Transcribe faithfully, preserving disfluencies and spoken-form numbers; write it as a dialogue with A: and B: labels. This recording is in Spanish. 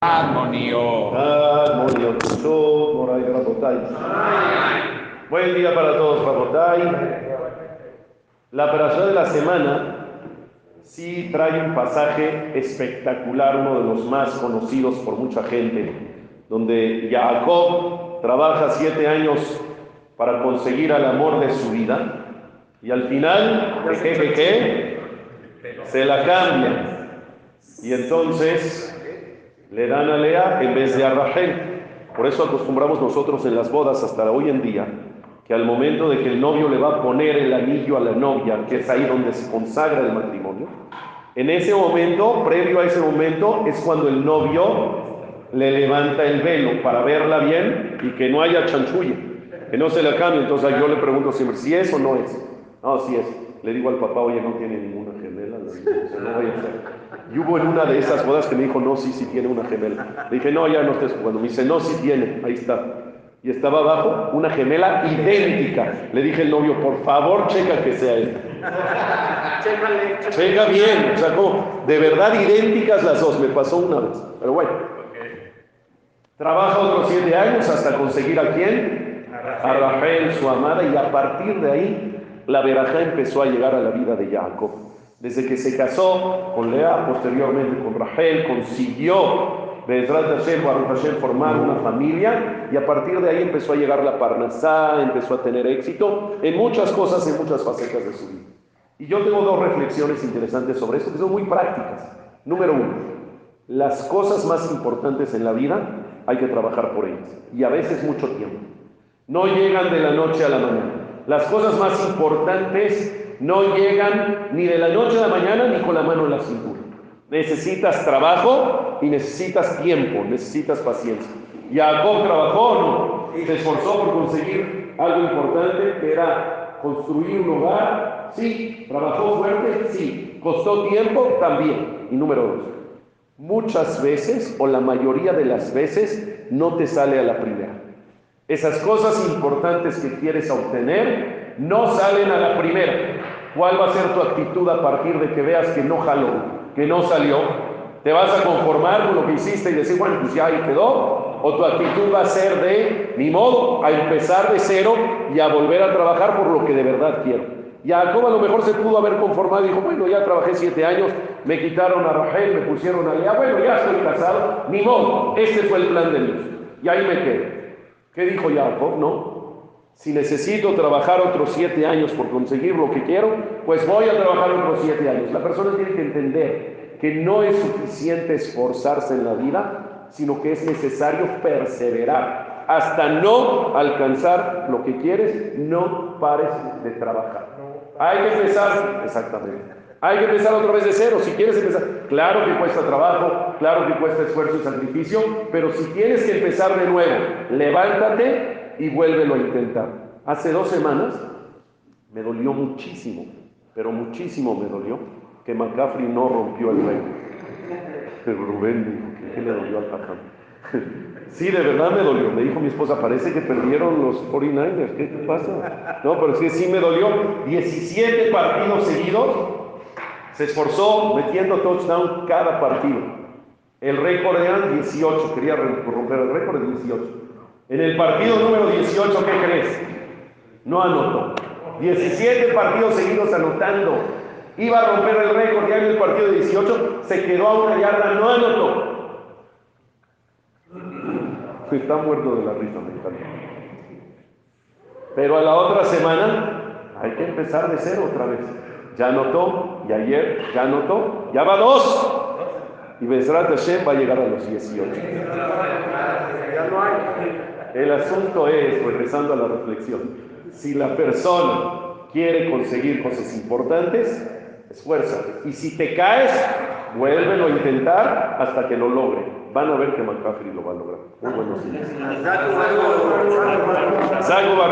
A: Armonio.
B: Armonio. Tusot, Moray, Rabotay. Buen día para todos, Rabotay. La parashá de la semana sí trae un pasaje espectacular, uno de los más conocidos por mucha gente, donde Jacob trabaja siete años para conseguir el amor de su vida y al final, ¿qué, qué, qué, qué? Se la cambia y entonces le dan a Lea en vez de a Rachel. Por eso acostumbramos nosotros en las bodas hasta hoy en día que al momento de que el novio le va a poner el anillo a la novia, que es ahí donde se consagra el matrimonio, en ese momento, previo a ese momento, es cuando el novio le levanta el velo para verla bien y que no haya chanchulla, que no se la cambie. Entonces yo le pregunto siempre, ¿si es o no es? No, si es. Le digo al papá, oye, no tiene ninguna gemela, no vaya a ser. Y hubo en una de esas bodas que me dijo, no, sí, sí tiene una gemela. Le dije, no, ya no estés jugando. Me dice, no, sí tiene, ahí está. Y estaba abajo una gemela idéntica. Le dije al novio, por favor, checa que sea esta. Checa bien, o sea, como de verdad idénticas las dos. Me pasó una vez, pero bueno. Trabaja otros siete años hasta conseguir a quién, a Rachel, su amada, y a partir de ahí la verajá empezó a llegar a la vida de Jacob. Desde que se casó con Lea, posteriormente con Rachel, consiguió Be'ezrat Hashem, Baruch Hashem, formar una familia, y a partir de ahí empezó a llegar la parnasá, empezó a tener éxito en muchas cosas, en muchas facetas de su vida. Y yo tengo dos reflexiones interesantes sobre esto que son muy prácticas. Número uno, las cosas más importantes en la vida hay que trabajar por ellas, y a veces mucho tiempo. No llegan de la noche a la mañana. Las cosas más importantes no llegan ni de la noche a la mañana ni con la mano en la cintura. Necesitas trabajo y necesitas tiempo, necesitas paciencia. Jacob trabajó o no, se esforzó por conseguir algo importante que era construir un hogar. Sí, trabajó fuerte, sí, costó tiempo también. Y número dos, muchas veces o la mayoría de las veces no te sale a la primera. Esas cosas importantes que quieres obtener no salen a la primera. ¿Cuál va a ser tu actitud a partir de que veas que no jaló, que no salió? ¿Te vas a conformar con lo que hiciste y decir, bueno, pues ya ahí quedó? ¿O tu actitud va a ser de, ni modo, a empezar de cero y a volver a trabajar por lo que de verdad quiero? Jacob a lo mejor se pudo haber conformado y dijo, bueno, ya trabajé siete años, me quitaron a Rachel, me pusieron a Lea, bueno, ya estoy casado, ni modo, este fue el plan de Dios. Y ahí me quedé. ¿Qué dijo Jacob? No. Si necesito trabajar otros siete años por conseguir lo que quiero, pues voy a trabajar otros siete años. La persona tiene que entender que no es suficiente esforzarse en la vida, sino que es necesario perseverar. Hasta no alcanzar lo que quieres, no pares de trabajar. Hay que empezar, exactamente. Hay que empezar otra vez de cero. Si quieres empezar, claro que cuesta trabajo, claro que cuesta esfuerzo y sacrificio, pero si tienes que empezar de nuevo, levántate y vuélvelo a intentar. Hace dos semanas me dolió muchísimo, pero muchísimo me dolió que McCaffrey no rompió el récord. Pero Rubén dijo, ¿qué le dolió al Tajam? Sí, de verdad me dolió. Me dijo mi esposa, parece que perdieron los cuarenta y nueve ers. ¿Qué te pasa? No, pero es que sí me dolió. diecisiete partidos seguidos. Se esforzó metiendo touchdown cada partido. El récord era dieciocho, quería romper el récord de dieciocho. En el partido número dieciocho, ¿qué crees? No anotó. diecisiete partidos seguidos anotando. Iba a romper el récord, ya en el partido de dieciocho se quedó a una yarda, no anotó. Está muerto de la risa, me encanta. Pero a la otra semana hay que empezar de cero otra vez. Ya anotó, y ayer ya anotó, ya va dos. Y Be'ezrat Hashem va a llegar a los dieciocho. El asunto es, regresando a la reflexión, si la persona quiere conseguir cosas importantes, esfuérzate. Y si te caes, vuélvelo a intentar hasta que lo logre. Van a ver que McCaffrey lo va a lograr. Muy buenos días.